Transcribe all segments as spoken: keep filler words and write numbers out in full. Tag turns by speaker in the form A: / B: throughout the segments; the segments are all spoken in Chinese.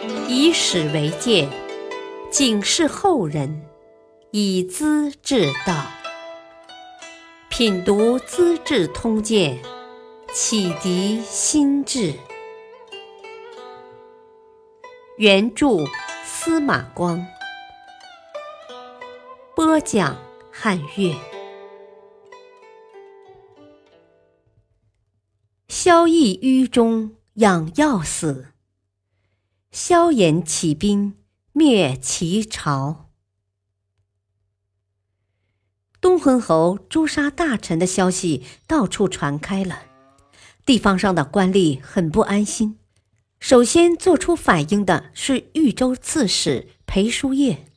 A: 以史为鉴，警示后人，以资治道。品读《资治通鉴》，启迪心智。原著司马光，播讲汉乐。萧绎狱中养药死，萧衍起兵灭齐朝。东昏侯诛杀大臣的消息到处传开了，地方上的官吏很不安心。首先做出反应的是豫州刺史裴叔业。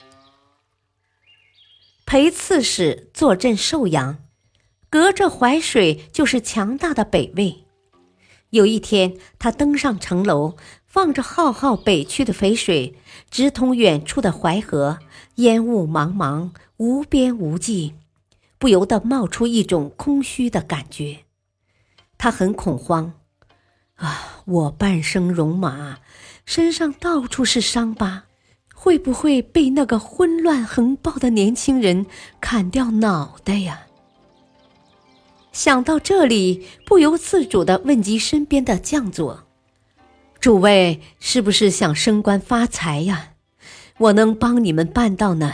A: 裴刺史坐镇寿阳，隔着淮水就是强大的北魏。有一天，他登上城楼，望着浩浩北去的淝水，直通远处的淮河，烟雾茫茫，无边无际，不由得冒出一种空虚的感觉。他很恐慌啊！我半生戎马，身上到处是伤疤，会不会被那个昏乱横暴的年轻人砍掉脑袋呀？想到这里，不由自主地问及身边的将佐：“诸位是不是想升官发财呀？我能帮你们办到呢？”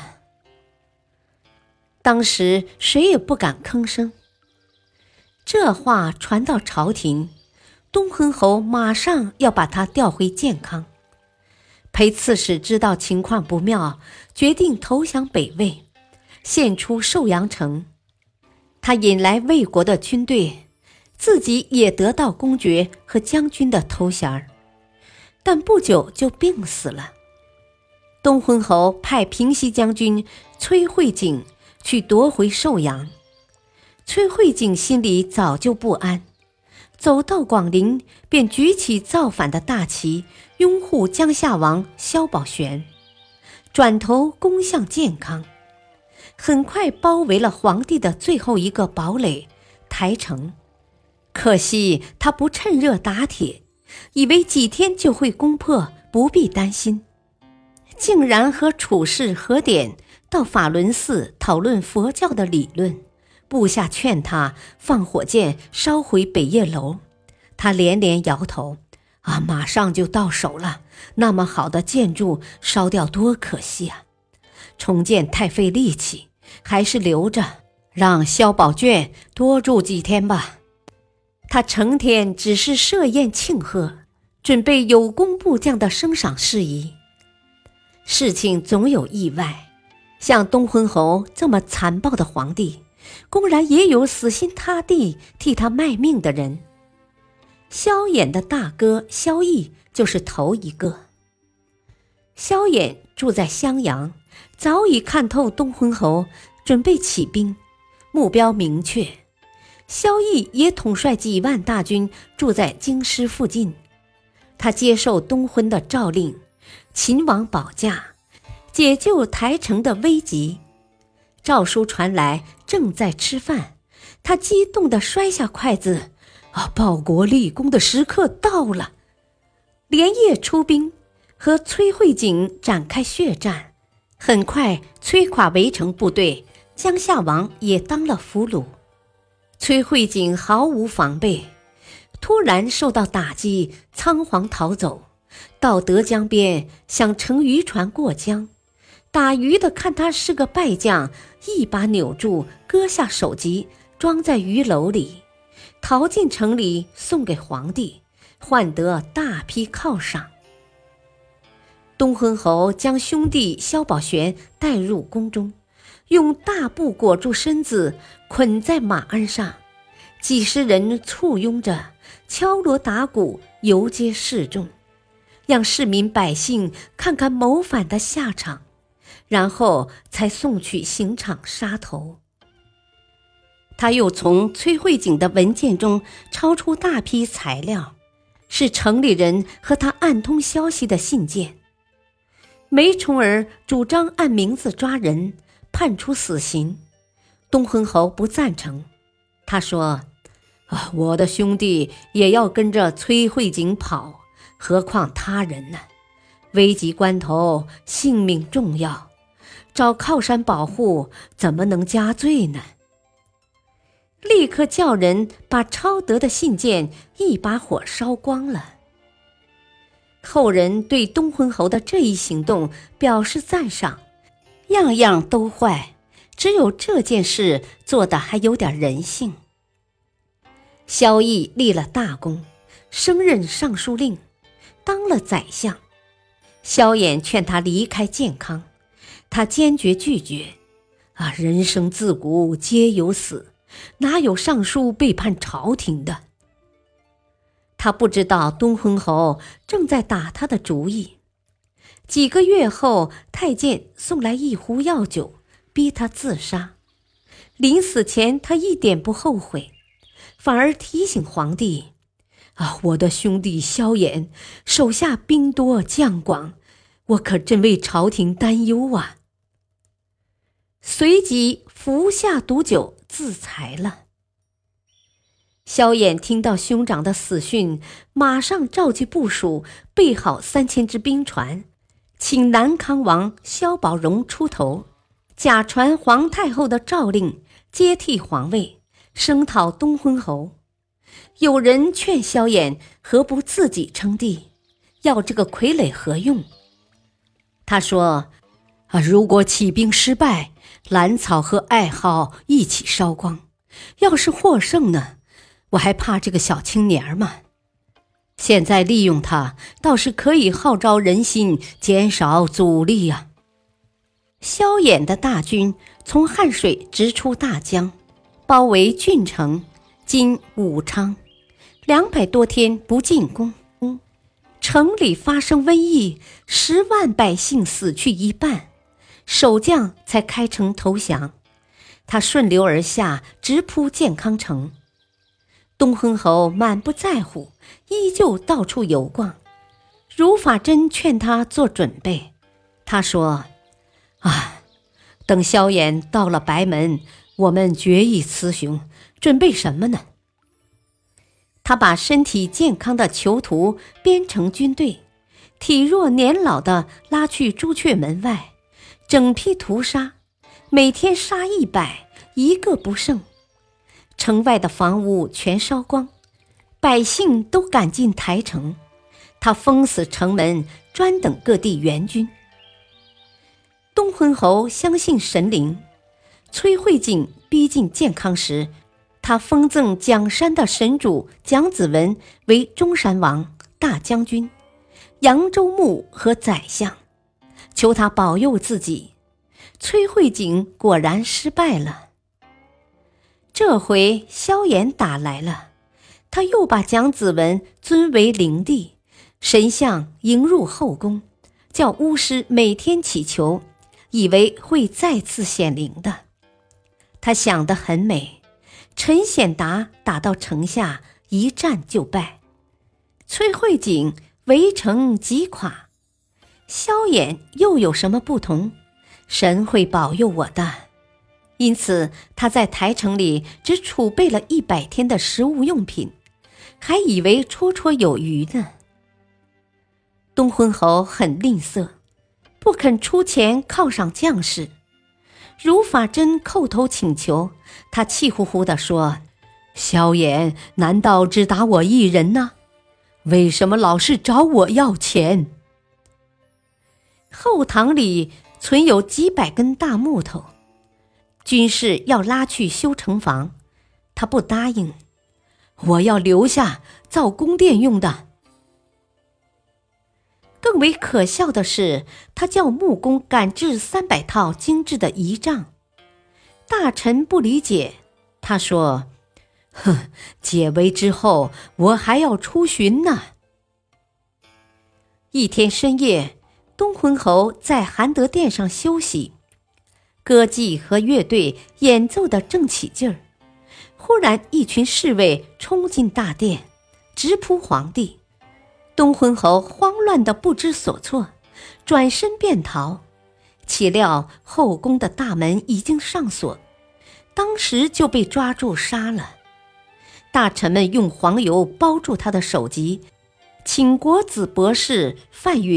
A: 当时谁也不敢吭声。这话传到朝廷，东昏侯马上要把他调回建康。裴刺史知道情况不妙，决定投降北魏，献出寿阳城。他引来魏国的军队，自己也得到公爵和将军的头衔，但不久就病死了。东昏侯派平西将军崔慧景去夺回寿阳。崔慧景心里早就不安，走到广陵，便举起造反的大旗，拥护江夏王萧宝玄，转头攻向建康，很快包围了皇帝的最后一个堡垒台城。可惜他不趁热打铁，以为几天就会攻破，不必担心，竟然和处士何典到法轮寺讨论佛教的理论。部下劝他放火箭烧毁北叶楼，他连连摇头：“啊，马上就到手了，那么好的建筑烧掉多可惜啊！重建太费力气，还是留着，让萧宝卷多住几天吧。”他成天只是设宴庆贺，准备有功部将的升赏事宜。事情总有意外，像东昏侯这么残暴的皇帝，公然也有死心塌地替他卖命的人。萧衍的大哥萧绎就是头一个。萧衍住在襄阳，早已看透东昏侯，准备起兵，目标明确。萧绎也统帅几万大军住在京师附近。他接受东昏的诏令，秦王保驾，解救台城的危急。诏书传来，正在吃饭，他激动地摔下筷子：“啊，报国立功的时刻到了！”连夜出兵，和崔慧景展开血战，很快摧垮围城部队，江夏王也当了俘虏。崔慧景毫无防备，突然受到打击，仓皇逃走，到德江边想乘渔船过江。打鱼的看他是个败将，一把扭住，割下首级，装在鱼篓里，逃进城里，送给皇帝，换得大批犒赏。东昏侯将兄弟萧宝玄带入宫中，用大布裹住身子，捆在马鞍上，几十人簇拥着，敲锣打鼓，游街示众，让市民百姓看看谋反的下场，然后才送去刑场杀头。他又从崔慧景的文件中抄出大批材料，是城里人和他暗通消息的信件。梅崇儿主张按名字抓人，判处死刑。东昏侯不赞成，他说：“啊，我的兄弟也要跟着崔慧景跑，何况他人呢？ 危急关头，性命重要，找靠山保护，怎么能加罪呢？立刻叫人把抄得的信件一把火烧光了。后人对东昏侯的这一行动表示赞赏，样样都坏，只有这件事做得还有点人性。萧绎立了大功，升任尚书令，当了宰相。萧衍劝他离开建康，他坚决拒绝。啊，人生自古皆有死，哪有尚书背叛朝廷的？他不知道东昏侯正在打他的主意。几个月后，太监送来一壶药酒，逼他自杀。临死前，他一点不后悔，反而提醒皇帝：啊，我的兄弟萧衍手下兵多将广，我可真为朝廷担忧啊。随即服下毒酒自裁了。萧衍听到兄长的死讯，马上召集部属，备好三千只兵船，请南康王萧宝荣出头，假传皇太后的诏令，接替皇位，声讨东昏侯。有人劝萧衍何不自己称帝，要这个傀儡何用？他说：啊，如果起兵失败，兰草和艾蒿一起烧光，要是获胜呢，我还怕这个小青年吗？现在利用他，倒是可以号召人心，减少阻力啊。萧衍的大军从汉水直出大江，包围郡城，今武昌，两百多天不进攻，城里发生瘟疫，十万百姓死去一半，守将才开城投降。他顺流而下，直扑建康城。东昏侯满不在乎，依旧到处游逛。如法真劝他做准备，他说：啊，等萧衍到了白门，我们决一雌雄，准备什么呢？他把身体健康的囚徒编成军队，体弱年老的拉去朱雀门外，整批屠杀，每天杀一百，一个不剩。城外的房屋全烧光，百姓都赶进台城。他封死城门，专等各地援军。东昏侯相信神灵，崔慧景逼近建康时，他封赠蒋山的神主蒋子文为中山王、大将军、扬州牧和宰相，求他保佑自己。崔慧景果然失败了。这回萧衍打来了，他又把蒋子文尊为灵帝，神像迎入后宫，叫巫师每天祈求，以为会再次显灵的。他想得很美。陈显达打到城下，一战就败，崔慧景围城击垮。萧衍又有什么不同？神会保佑我的。因此他在台城里只储备了一百天的食物用品，还以为绰绰有余呢。东昏侯很吝啬，不肯出钱犒赏将士。如法真叩头请求，他气呼呼地说：萧衍难道只打我一人呢？为什么老是找我要钱？后堂里存有几百根大木头，军士要拉去修城防，他不答应，我要留下造宫殿用的。更为可笑的是，他叫木工赶制三百套精致的仪仗。大臣不理解，他说：哼，解围之后，我还要出巡呢。一天深夜，东昏侯在含德殿上休息，歌妓和乐队演奏得正起劲儿，忽然一群侍卫冲进大殿，直扑皇帝。东昏侯慌乱得不知所措，转身便逃，岂料后宫的大门已经上锁，当时就被抓住杀了。大臣们用黄油包住他的首级，请国子博士范云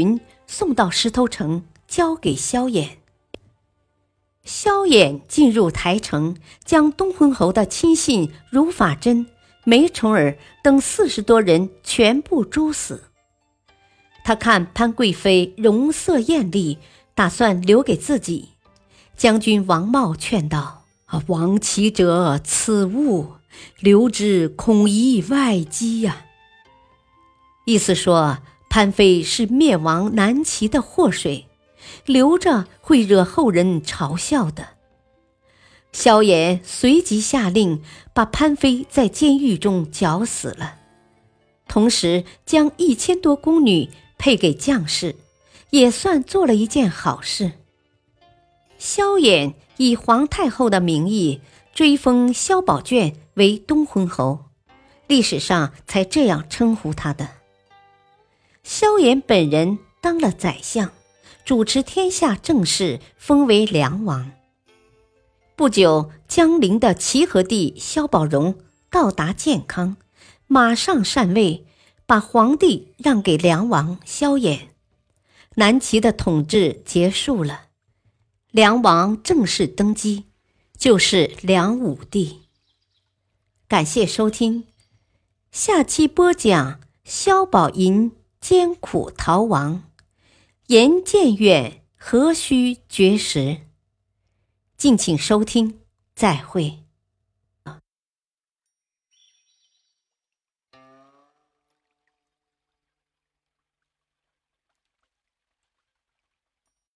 A: 送到石头城，交给萧衍。萧衍进入台城，将东昏侯的亲信如法真、梅重耳等四十多人全部诛死。他看潘贵妃容色艳丽，打算留给自己。将军王茂劝道：亡其者此物，留之恐贻外戚呀、啊。意思说潘妃是灭亡南齐的祸水，留着会惹后人嘲笑的。萧衍随即下令把潘妃在监狱中绞死了，同时将一千多宫女配给将士，也算做了一件好事。萧衍以皇太后的名义追封萧宝卷为东昏侯，历史上才这样称呼他的。萧衍本人当了宰相，主持天下政事，封为梁王。不久，江陵的齐和帝萧宝融到达建康，马上禅位，把皇帝让给梁王萧衍。南齐的统治结束了，梁王正式登基，就是梁武帝。感谢收听，下期播讲萧宝银艰苦逃亡，言渐远，何须绝食。敬请收听，再会。